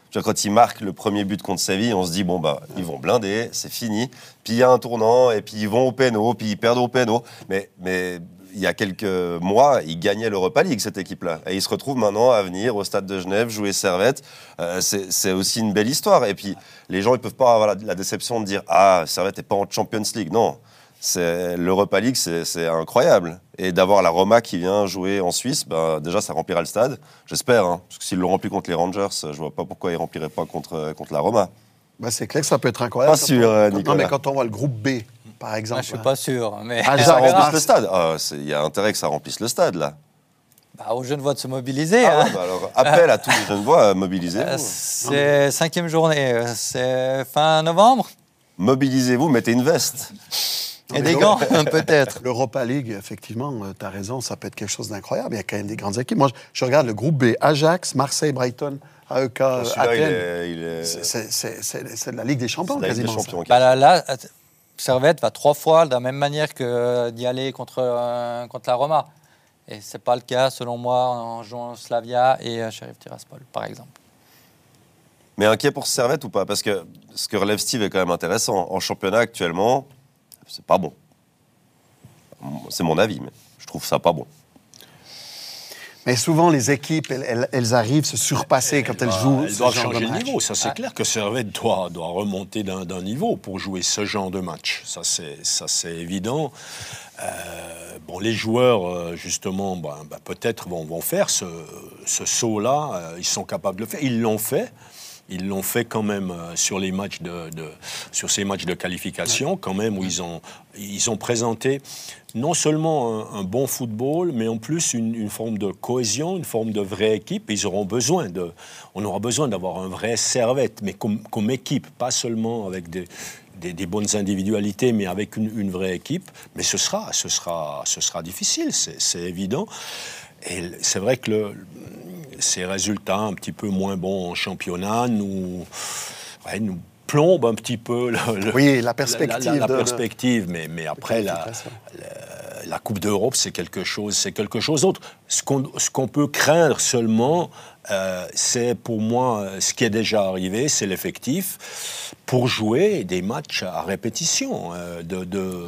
Tu vois, quand ils marquent le premier but contre Séville, on se dit, bon, bah, ils vont blinder, c'est fini. Puis il y a un tournant, et puis ils vont au péno, puis ils perdent au péno. Mais, mais il y a quelques mois, ils gagnaient l'Europa League, cette équipe-là. Et ils se retrouvent maintenant à venir au Stade de Genève, jouer Servette. Euh, c'est, c'est aussi une belle histoire. Et puis, les gens, ils ne peuvent pas avoir la, la déception de dire, ah, Servette n'est pas en Champions League. Non. C'est, L'Europa League, c'est, c'est incroyable. Et d'avoir la Roma qui vient jouer en Suisse, ben, déjà, ça remplira le stade. J'espère, hein, parce que s'ils l'ont rempli contre les Rangers, je ne vois pas pourquoi ils ne rempliraient pas contre, contre la Roma. Ben, c'est clair que ça peut être incroyable. Pas sûr, on... Nicolas. Non, mais quand on voit le groupe B, par exemple... Moi, je ne suis pas sûr. Mais... Ah, que ça Ajax, remplisse le stade. Ah, il y a intérêt que ça remplisse le stade, là. Bah, aux Genevois de se mobiliser. Ah, hein. ouais, bah alors, appel à tous les Genevois à mobiliser. Euh, C'est cinquième journée. C'est fin novembre. Mobilisez-vous, mettez une veste. Et des gants, peut-être. L'Europa League, effectivement, tu as raison, ça peut être quelque chose d'incroyable. Il y a quand même des grandes équipes. Moi, je, je regarde le groupe B, Ajax, Marseille, Brighton, A E K, Oh, celui-là, Athènes. il est, il est... C'est, c'est, c'est, c'est, c'est de la Ligue des Champions, C'est la Ligue des quasiment. Champions. Bah, là, là, Servette va trois fois de la même manière que d'y aller contre, euh, contre la Roma. Et ce n'est pas le cas, selon moi, en jouant Slavia et euh, Sheriff Tiraspol, par exemple. Mais inquiet pour Servette ou pas? Parce que ce que relève Steve est quand même intéressant. En championnat, actuellement, c'est pas bon. C'est mon avis, mais je trouve ça pas bon. Mais souvent, les équipes, elles, elles, elles arrivent à se surpasser quand elles bah, jouent elles ce doivent genre changer de de match. niveau. Ça, c'est Ah. clair que Servette doit, doit remonter d'un, d'un niveau pour jouer ce genre de match. Ça, c'est, ça, c'est évident. Euh, bon, les joueurs, euh, justement, ben, ben, peut-être vont, vont faire ce, ce saut-là. Euh, ils sont capables de le faire. Ils l'ont fait. Ils l'ont fait quand même euh, sur les matchs de, de sur ces matchs de qualification, quand même où ils ont ils ont présenté non seulement un, un bon football, mais en plus une, une forme de cohésion, une forme de vraie équipe. Ils auront besoin de, on aura besoin d'avoir un vrai Servette, mais comme comme équipe, pas seulement avec des Des, des bonnes individualités, mais avec une, une vraie équipe. Mais ce sera, ce sera, ce sera difficile, c'est, c'est évident. Et c'est vrai que le, ces résultats un petit peu moins bons en championnat nous, ouais, nous plombent un petit peu le, le, Oui, la perspective. La, la, la de, perspective, mais, mais après, la, la, la Coupe d'Europe, c'est quelque chose, c'est quelque chose d'autre. Ce qu'on, ce qu'on peut craindre seulement, euh, c'est pour moi, ce qui est déjà arrivé, c'est l'effectif pour jouer des matchs à répétition, euh, de... de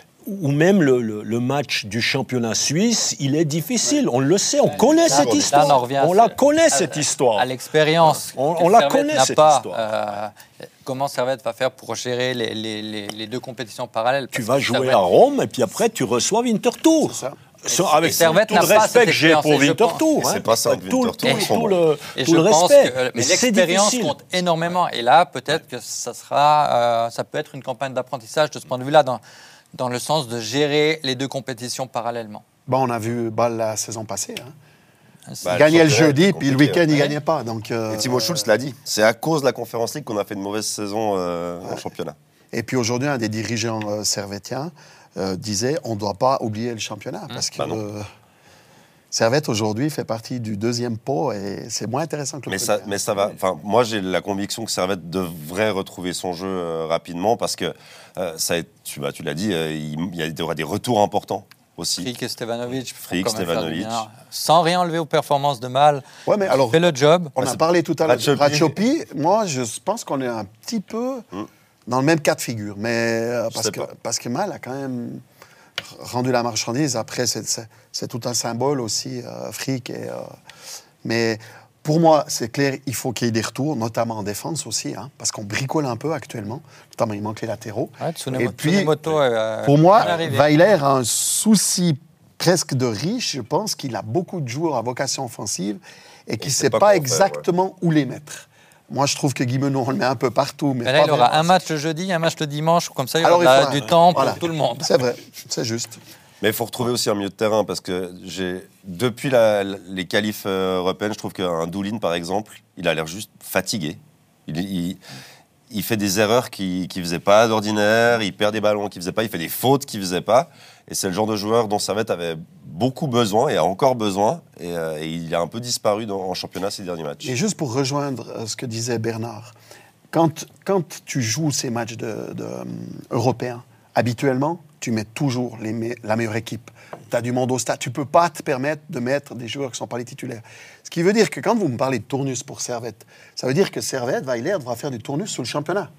ou même le, le, le match du championnat suisse, il est difficile. On le sait, on connaît Là, cette là, histoire. on en revient on à- la connaît, à- cette histoire. À l'expérience. On- que on la Servette connaît, n'a cette pas, histoire. euh, comment Servette va faire pour gérer les, les, les, les deux compétitions parallèles? Tu Parce vas que jouer Servette- à Rome, et puis après, tu reçois Winterthur. C'est ça. So, avec Et Servette tout le n'a pas respect cette que j'ai pour expérience, et je pense- Winterthur. Et c'est hein. pas ça, Tout, le- Winterthur, tout, ils sont tout bons. le, Et tout je le pense respect. que mais c'est l'expérience difficile. compte énormément. Et là, peut-être que ça sera, euh, ça peut être une campagne d'apprentissage de ce point de vue-là, dans, dans le sens de gérer les deux compétitions parallèlement. Bon, on a vu Bâle la saison passée. Hein. Bah, il gagnait le championnat jeudi, était puis le compliqué, week-end, il ouais. ne gagnait pas. Donc, euh, Et Timo Schulz l'a dit. C'est à cause de la Conference League qu'on a fait une mauvaise saison euh, en championnat. Et puis aujourd'hui, un des dirigeants euh, servettiens euh, disait on ne doit pas oublier le championnat. Parce que Bah non. euh, Servette, aujourd'hui, fait partie du deuxième pot et c'est moins intéressant que le Mais ça, premier. mais ça va. Enfin, moi, j'ai la conviction que Servette devrait retrouver son jeu euh, rapidement parce que euh, ça, est- tu, bah, tu l'as dit, euh, il, il y aura des retours importants aussi. Frick et Stevanovic. font Frick, quand même faire du Stevanovic. bien. Sans rien enlever aux performances de Mal. Ouais, mais alors, Fait le job. on Bah, a c'est- parlé tout à l'heure de Ratchopi. Ratchopi. Moi, je pense qu'on est un petit peu Mm. dans le même cas de figure. Mais euh, Je parce, sais que, pas. parce que Mal a quand même rendu la marchandise. Après, c'est, c'est, c'est tout un symbole aussi, euh, Frick. Et, euh, mais pour moi, c'est clair, il faut qu'il y ait des retours, notamment en défense aussi, hein, parce qu'on bricole un peu actuellement. Notamment, il manque les latéraux. Ouais, Tsunemo- Et puis, Tsunemoto est, euh, Pour moi, bien arrivé. Weiler a un souci presque de riche. Je pense qu'il a beaucoup de joueurs à vocation offensive et qu'il ne sait sait pas pas, quoi faire, exactement où les mettre. Moi, je trouve que Guimeno, on le met un peu partout. Mais Mais là, pas il aura vraiment. un match le jeudi, un match le dimanche. Comme ça, il y Alors, aura il de la- faudra- du temps voilà. pour tout le monde. C'est vrai, c'est juste. Mais il faut retrouver aussi un milieu de terrain parce que j'ai depuis la- les qualifs euh, européennes, je trouve qu'un Doulin, par exemple, il a l'air juste fatigué. Il, il, il fait des erreurs qu'il ne faisait pas d'ordinaire, il perd des ballons qu'il ne faisait pas, il fait des fautes qu'il ne faisait pas. Et c'est le genre de joueur dont Servette avait beaucoup besoin et a encore besoin. Et, euh, et il a un peu disparu dans, en championnat ces derniers matchs. Et juste pour rejoindre euh, ce que disait Bernard, quand, quand tu joues ces matchs de, de, euh, européens, habituellement, tu mets toujours les me- la meilleure équipe. Tu as du monde au stade. Tu ne peux pas te permettre de mettre des joueurs qui ne sont pas les titulaires. Ce qui veut dire que quand vous me parlez de tournus pour Servette, ça veut dire que Servette, Weiler, devra faire du tournus sur le championnat.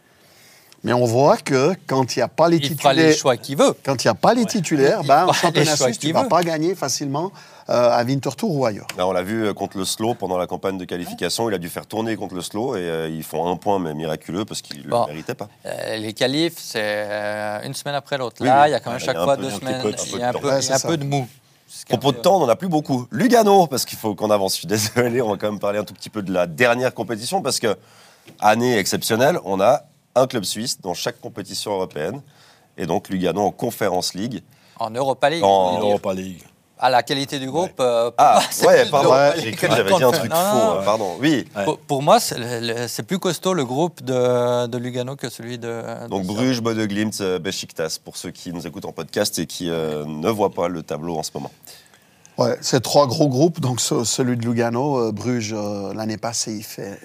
Mais on voit que quand il n'y a pas les Il titulaires... fera les choix qu'il veut. Quand il n'y a pas les titulaires, Il ben, en fera les championnat choix suisse, tu qu'il ne vas veut. pas gagner facilement euh, à Winterthur ou ailleurs. Là, on l'a vu contre le Slow pendant la campagne de qualification. Il a dû faire tourner contre le Slow et euh, ils font un point, mais miraculeux, parce qu'ils ne Bon. le méritaient pas. Euh, les qualifs, c'est euh, une semaine après l'autre. Oui, Là, oui. il y a quand même Ouais, il y a chaque un fois peu- deux un petit semaines. peu de- Il y a un un peu peu, de temps. il y a un Ouais, c'est peu ça. de mou. Ce qui est un Propos de peu- temps, on n'en a plus beaucoup. Lugano, parce qu'il faut qu'on avance. Je suis désolé, on va quand même parler un tout petit peu de la dernière compétition, parce que, année exceptionnelle, on a un club suisse dans chaque compétition européenne, et donc Lugano en Conference League. En Europa League. En- je veux dire. Europa League. À la qualité du groupe. euh, pour Ah, moi, c'est ouais, plus pardon, l'Europa j'ai League cru que que j'avais dit un la truc Conf- faux, Non, non, euh, pardon. Oui, Ouais. Pour, pour moi, c'est, le- le- c'est plus costaud le groupe de, de Lugano que celui de. donc de Bruges, Bodø Glimt, euh, Beşiktaş, pour ceux qui nous écoutent en podcast et qui euh, ne voient pas le tableau en ce moment. Ouais, c'est trois gros groupes. Donc, ce- celui de Lugano, euh, Bruges, euh, l'année passée, il fait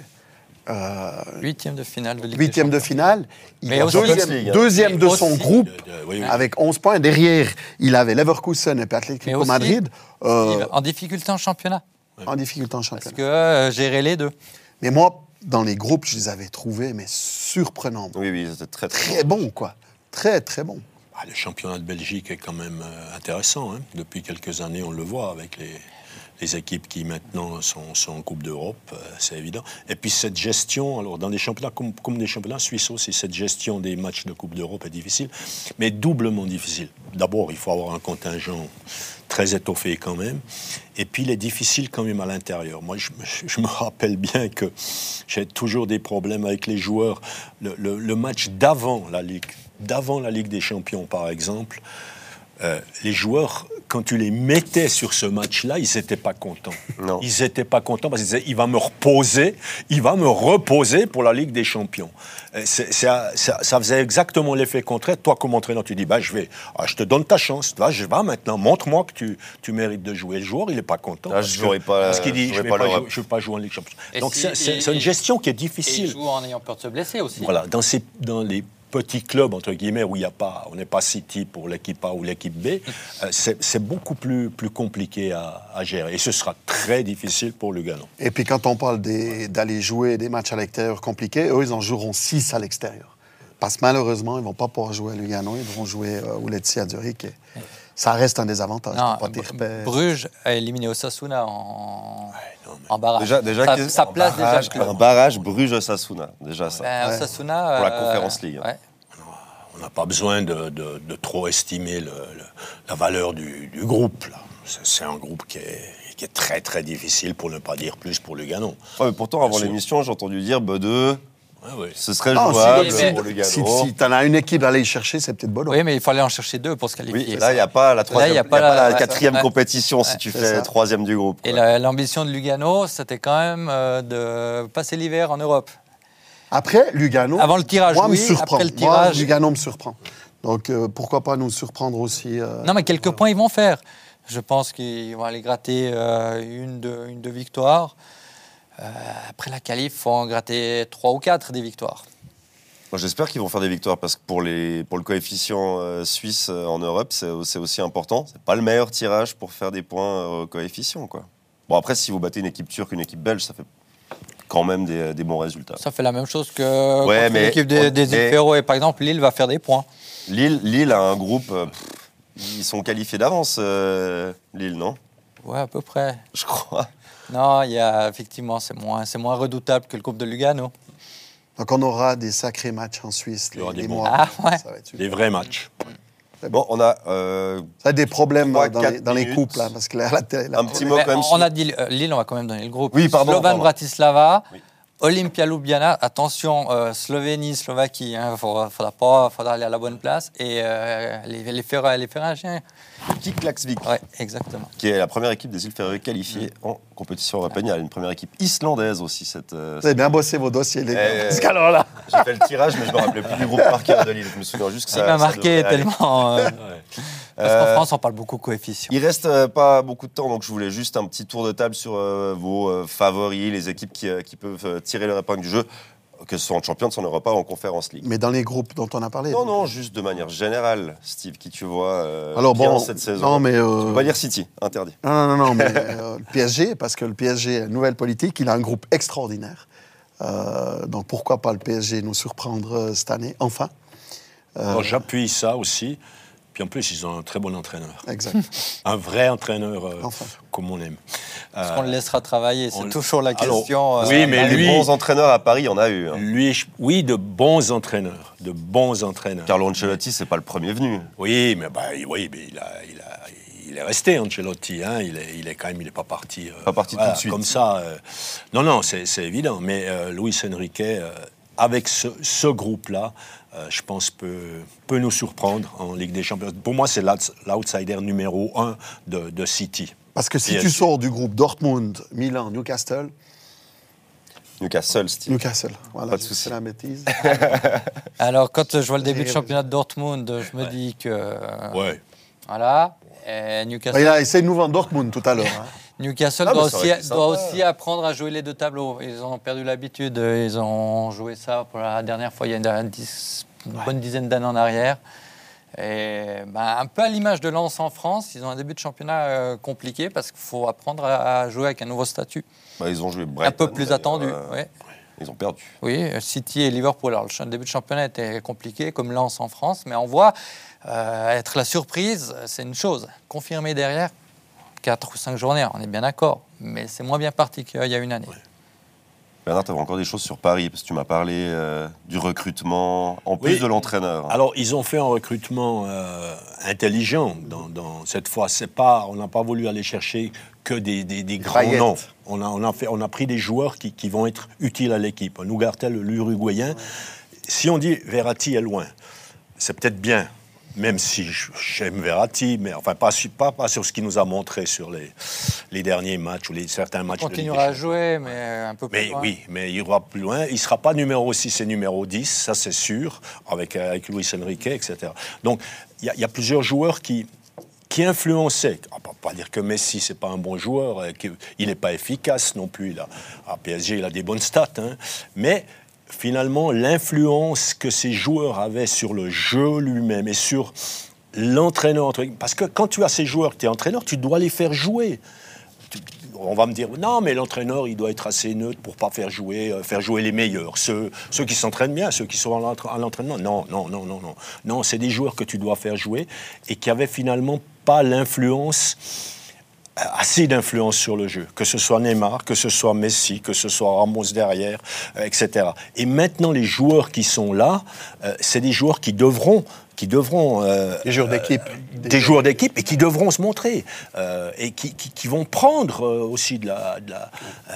euh, Huitième de finale de Ligue huitième des de finale. Il Mais est aussi- deuxième, League, hein. deuxième de Mais son aussi- groupe De- de- oui, oui. avec onze points. Derrière, il avait Leverkusen et puis Mais Atlético aussi- Madrid euh, Champions. En difficulté en championnat. en difficulté en Parce championnat. que euh, gérer les deux. Mais moi, dans les groupes, je les avais trouvés mais surprenants. Oui, oui, c'était très, très, Très bons, quoi. Très, très bons. Ah, le championnat de Belgique est quand même euh, intéressant. Hein. Depuis quelques années, on le voit avec les, les équipes qui maintenant sont, sont en Coupe d'Europe, euh, c'est évident. Et puis cette gestion, alors dans des championnats comme, comme des championnats suisses aussi, cette gestion des matchs de Coupe d'Europe est difficile, mais doublement difficile. D'abord, il faut avoir un contingent très étoffé quand même. Et puis, il est difficile quand même à l'intérieur. Moi, je, je me rappelle bien que j'ai toujours des problèmes avec les joueurs. Le, le- le match d'avant la Ligue, d'avant la Ligue des Champions, par exemple, euh, les joueurs, quand tu les mettais sur ce match-là, ils n'étaient pas contents. Non. Ils n'étaient pas contents parce qu'ils disaient, il va me reposer, il va me reposer pour la Ligue des Champions. Euh, c'est- c'est- ça, ça faisait exactement l'effet contraire. Toi, comme entraîneur, tu dis, bah, je vais, ah, je te donne ta chance. Va, je vais maintenant, montre-moi que tu, tu mérites de jouer. Le joueur, il n'est pas content. Là, parce je que- jouerais pas- Parce qu'il dit, je je ne jouerais vais, pas pas l'Europe. jouer- je vais pas jouer en Ligue des Champions. Et Donc, si- c'est- c'est et- c'est une et- gestion qui est Et il difficile. joue en ayant peur de se blesser aussi. Voilà, dans, ces, dans les petits clubs, entre guillemets, où il y a pas, on n'est pas City pour l'équipe A ou l'équipe B, euh, c'est c'est beaucoup plus, plus compliqué à, à gérer. Et ce sera très difficile pour Lugano. Et puis quand on parle des- d'aller jouer des matchs à l'extérieur compliqués, eux, ils en joueront six à l'extérieur. Parce que malheureusement, ils ne vont pas pouvoir jouer à Lugano, ils devront jouer euh, au Lecce à Zurich. Et ça reste un désavantage. Non, T'as pas tes Br- repères. Bruges a éliminé Osasuna en, non, mais- en barrage. Déjà, déjà ça, que- ça un place barrage, déjà le un club. barrage Bruges-Sassouna, déjà ça. Ben, Ouais. Osasuna, Pour la euh, Conference League. ouais. On n'a pas besoin de, de- de trop estimer le- le- la valeur du, du groupe. là. C'est c'est un groupe qui est, qui est très très difficile, pour ne pas dire plus, pour Lugano. Ouais, mais pourtant, avant Bien sûr. l'émission, j'ai entendu dire Bodø, Ouais, ouais. ce serait Ah, jouable si- pour Si, Lugano. si tu en as une équipe à aller chercher, c'est peut-être Bodo. Oui, mais il fallait en chercher deux pour se Oui, qualifier. là, il n'y a pas la troisième, il y a il y a pas pas la- la quatrième ouais. compétition si Ouais, tu c'est fais ça. troisième du groupe. Et quoi. la- l'ambition de Lugano, c'était quand même euh, de passer l'hiver en Europe. Après, Lugano, Avant le tirage, moi, me oui, surprend. après le Moi, tirage- Lugano me surprend. Donc, euh, pourquoi pas nous surprendre aussi euh, Non, mais quelques points ils vont faire. Je pense qu'ils vont aller gratter euh, une, deux, une, deux victoires. Euh, après la qualif, il faut en gratter trois ou quatre des victoires. Moi, j'espère qu'ils vont faire des victoires parce que pour, les, pour le coefficient euh, suisse euh, en Europe, c'est c'est aussi important. C'est pas le meilleur tirage pour faire des points euh, au coefficient, quoi. Bon, après, si vous battez une équipe turque, une équipe belge, ça fait quand même des, des bons résultats. Ça fait la même chose que Ouais, contre mais- l'équipe des, des mais- îles Féroé. Par exemple, Lille va faire des points. Lille, Lille a un groupe, euh, pff, ils sont qualifiés d'avance, euh, Lille, non? Ouais, à peu près. Je crois. Non, il y a effectivement, c'est moins, c'est moins redoutable que le groupe de Lugano. Donc, on aura des sacrés matchs en Suisse Il y aura les, des les bons. mois. Ah, ouais. Ça va être super. Des vrais matchs. Bon, on a euh, Ça va être des problèmes Trois, euh, dans, les, quatre dans les minutes. couples, là, parce que là, la télé- la- un petit mot Mais quand même on sur- a dit euh, Lille, on va quand même donner le groupe. Oui, pardon, Slovan pardon. Bratislava, Oui. Olympia Ljubljana. Attention, euh, Slovénie, Slovaquie. Il hein, faudra, faudra pas, faudra aller à la bonne place. Et euh, les, les, Féra- les Féringiens. Kik Klaksvik, Ouais, exactement. qui est la première équipe des îles Féroé qualifiée en compétition européenne. Il y a une première équipe islandaise aussi. Cette, euh, Vous avez bien bossé vos dossiers, les gars. Eh, Parce qu'alors là, J'ai fait le tirage, mais je me rappelais plus du groupe par cœur de Lille. Je me souviens juste que ça. Il m'a ça marqué devrait aller. tellement. euh, parce qu'en Euh, France, on parle beaucoup coefficient. Il reste euh, pas beaucoup de temps, donc je voulais juste un petit tour de table sur euh, vos euh, favoris, les équipes qui, euh, qui peuvent euh, tirer leur épingle du jeu. que ce soit en Champions, en Europa ou en Conference League. Mais dans les groupes dont on a parlé. Non, non, juste de manière générale, Steve, qui tu vois euh, Alors, bien bon, cette saison. non, mais, euh... On va dire City, interdit. Non, non, non, non mais euh, le P S G, parce que le P S G a une nouvelle politique, il a un groupe extraordinaire. Euh, donc pourquoi pas le P S G nous surprendre euh, cette année, enfin. Euh... Alors j'appuie ça aussi. Puis en plus, ils ont un très bon entraîneur. Exact. Un vrai entraîneur, euh, enfin. comme on aime. Parce euh, qu'on le laissera travailler, c'est on... toujours la Alors, question. oui, euh, mais lui, les bons entraîneurs à Paris, il y en a eu. Hein. Lui, oui, de bons entraîneurs, de bons entraîneurs. Carlo Ancelotti, c'est pas le premier venu. Oui, mais bah, oui, mais il a, il a, il est resté Ancelotti. Hein. Il est, il est quand même, il n'est pas parti. Euh, pas parti voilà, tout de suite. Comme ça. Euh, non, non, c'est, c'est évident. Mais euh, Luis Enrique, euh, avec ce, ce groupe-là. Euh, je pense, peut, peut nous surprendre en Ligue des Champions. Pour moi, c'est l'outsider numéro un de, de City. Parce que si Et tu sors du groupe Dortmund, Milan, Newcastle... Newcastle, Steve. Newcastle, voilà, pas de souci. C'est la bêtise. Alors, quand je vois le début de championnat de Dortmund, je me ouais. dis que... Ouais. Voilà. Et Newcastle... Il a essayé de nous vendre Dortmund tout à l'heure. Hein. Newcastle ah, doit, aussi, doit aussi apprendre à jouer les deux tableaux. Ils ont perdu l'habitude. Ils ont joué ça pour la dernière fois il y a une, dix, une ouais. bonne dizaine d'années en arrière. Et ben, un peu à l'image de Lens en France, ils ont un début de championnat euh, compliqué parce qu'il faut apprendre à, à jouer avec un nouveau statut. Bah, ils ont joué Brighton, un peu plus attendu. Euh, ouais. Ils ont perdu. Oui, City et Liverpool. Alors, le début de championnat était compliqué, comme Lens en France, mais on voit euh, être la surprise, c'est une chose. Confirmer derrière. quatre ou cinq journées, on est bien d'accord, mais c'est moins bien parti qu'il y a une année. Ouais. Bernard, tu avais encore des choses sur Paris, parce que tu m'as parlé euh, du recrutement, en plus oui. de l'entraîneur. Hein. Alors, ils ont fait un recrutement euh, intelligent. Dans, dans, cette fois, c'est pas, on n'a pas voulu aller chercher que des, des, des grands Rayette. noms. On a, on, a fait, on a pris des joueurs qui, qui vont être utiles à l'équipe. Nougartel, l'Uruguayen. Ouais. Si on dit Verratti est loin, c'est peut-être bien. Même si j'aime Verratti, mais enfin pas, pas, pas sur ce qu'il nous a montré sur les, les derniers matchs ou les, certains matchs. Il continuera à jouer, mais un peu plus mais, loin. Oui, mais il ira plus loin. Il ne sera pas numéro six et numéro dix, ça c'est sûr, avec, avec Luis Enrique, et cetera. Donc il y, y a plusieurs joueurs qui, qui influençaient. On ne peut pas dire que Messi, ce n'est pas un bon joueur, qu'il n'est pas efficace non plus. Il a, à P S G, il a des bonnes stats, hein, mais... Finalement, l'influence que ces joueurs avaient sur le jeu lui-même et sur l'entraîneur. Parce que quand tu as ces joueurs, tu es entraîneur, tu dois les faire jouer. On va me dire, non, mais l'entraîneur, il doit être assez neutre pour ne pas faire jouer, euh, faire jouer les meilleurs. Ceux, ceux qui s'entraînent bien, ceux qui sont à l'entraînement. Non, non, non, non, non. Non, c'est des joueurs que tu dois faire jouer et qui n'avaient finalement pas l'influence... assez d'influence sur le jeu, que ce soit Neymar, que ce soit Messi, que ce soit Ramos derrière, euh, et cetera. Et maintenant, les joueurs qui sont là, euh, c'est des joueurs qui devront, qui devront euh, des joueurs d'équipe, euh, des, des joueurs d'équipe et qui devront se montrer euh, et qui, qui, qui vont prendre euh, aussi de la, de la euh,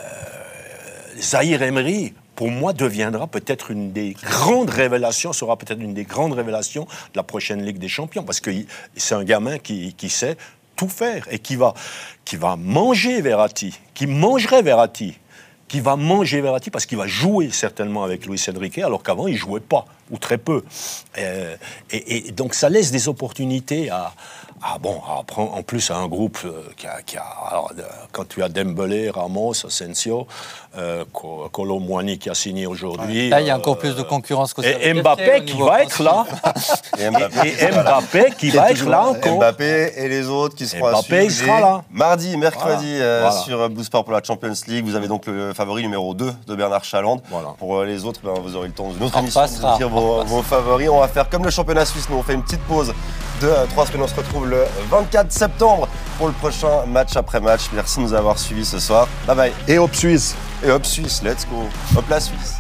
Zahir Emery. Pour moi, deviendra peut-être une des grandes révélations, sera peut-être une des grandes révélations de la prochaine Ligue des Champions, parce que c'est un gamin qui, qui sait tout faire et qui va, qui va manger Verratti, qui mangerait Verratti, qui va manger Verratti parce qu'il va jouer certainement avec Luis Enrique, alors qu'avant, il ne jouait pas, ou très peu. Euh, et, et donc, ça laisse des opportunités à... Ah bon, après, en plus, à un groupe qui a... Qui a alors, quand tu as Dembélé, Ramos, Asensio, euh, Kolo Muani qui a signé aujourd'hui... Là, il y a encore euh, plus de concurrence qu'au Et Mbappé qui va être là. Et Mbappé, et Mbappé qui va être là encore. Mbappé et les autres qui seront à suivre. Mbappé, il sera là. Mardi, mercredi, voilà. Euh, voilà. sur Boosport pour la Champions League. Vous avez donc le favori numéro deux de Bernard Chaland. Voilà. Pour les autres, ben, vous aurez le temps d'une autre on émission passera. de dire vos, vos favoris. On va faire comme le championnat suisse. Nous, on fait une petite pause de euh, trois semaines. On se retrouve le vingt-quatre septembre pour le prochain match après match. Merci de nous avoir suivis ce soir. Bye bye. Et hop Suisse. Et hop Suisse, let's go. Hop la Suisse.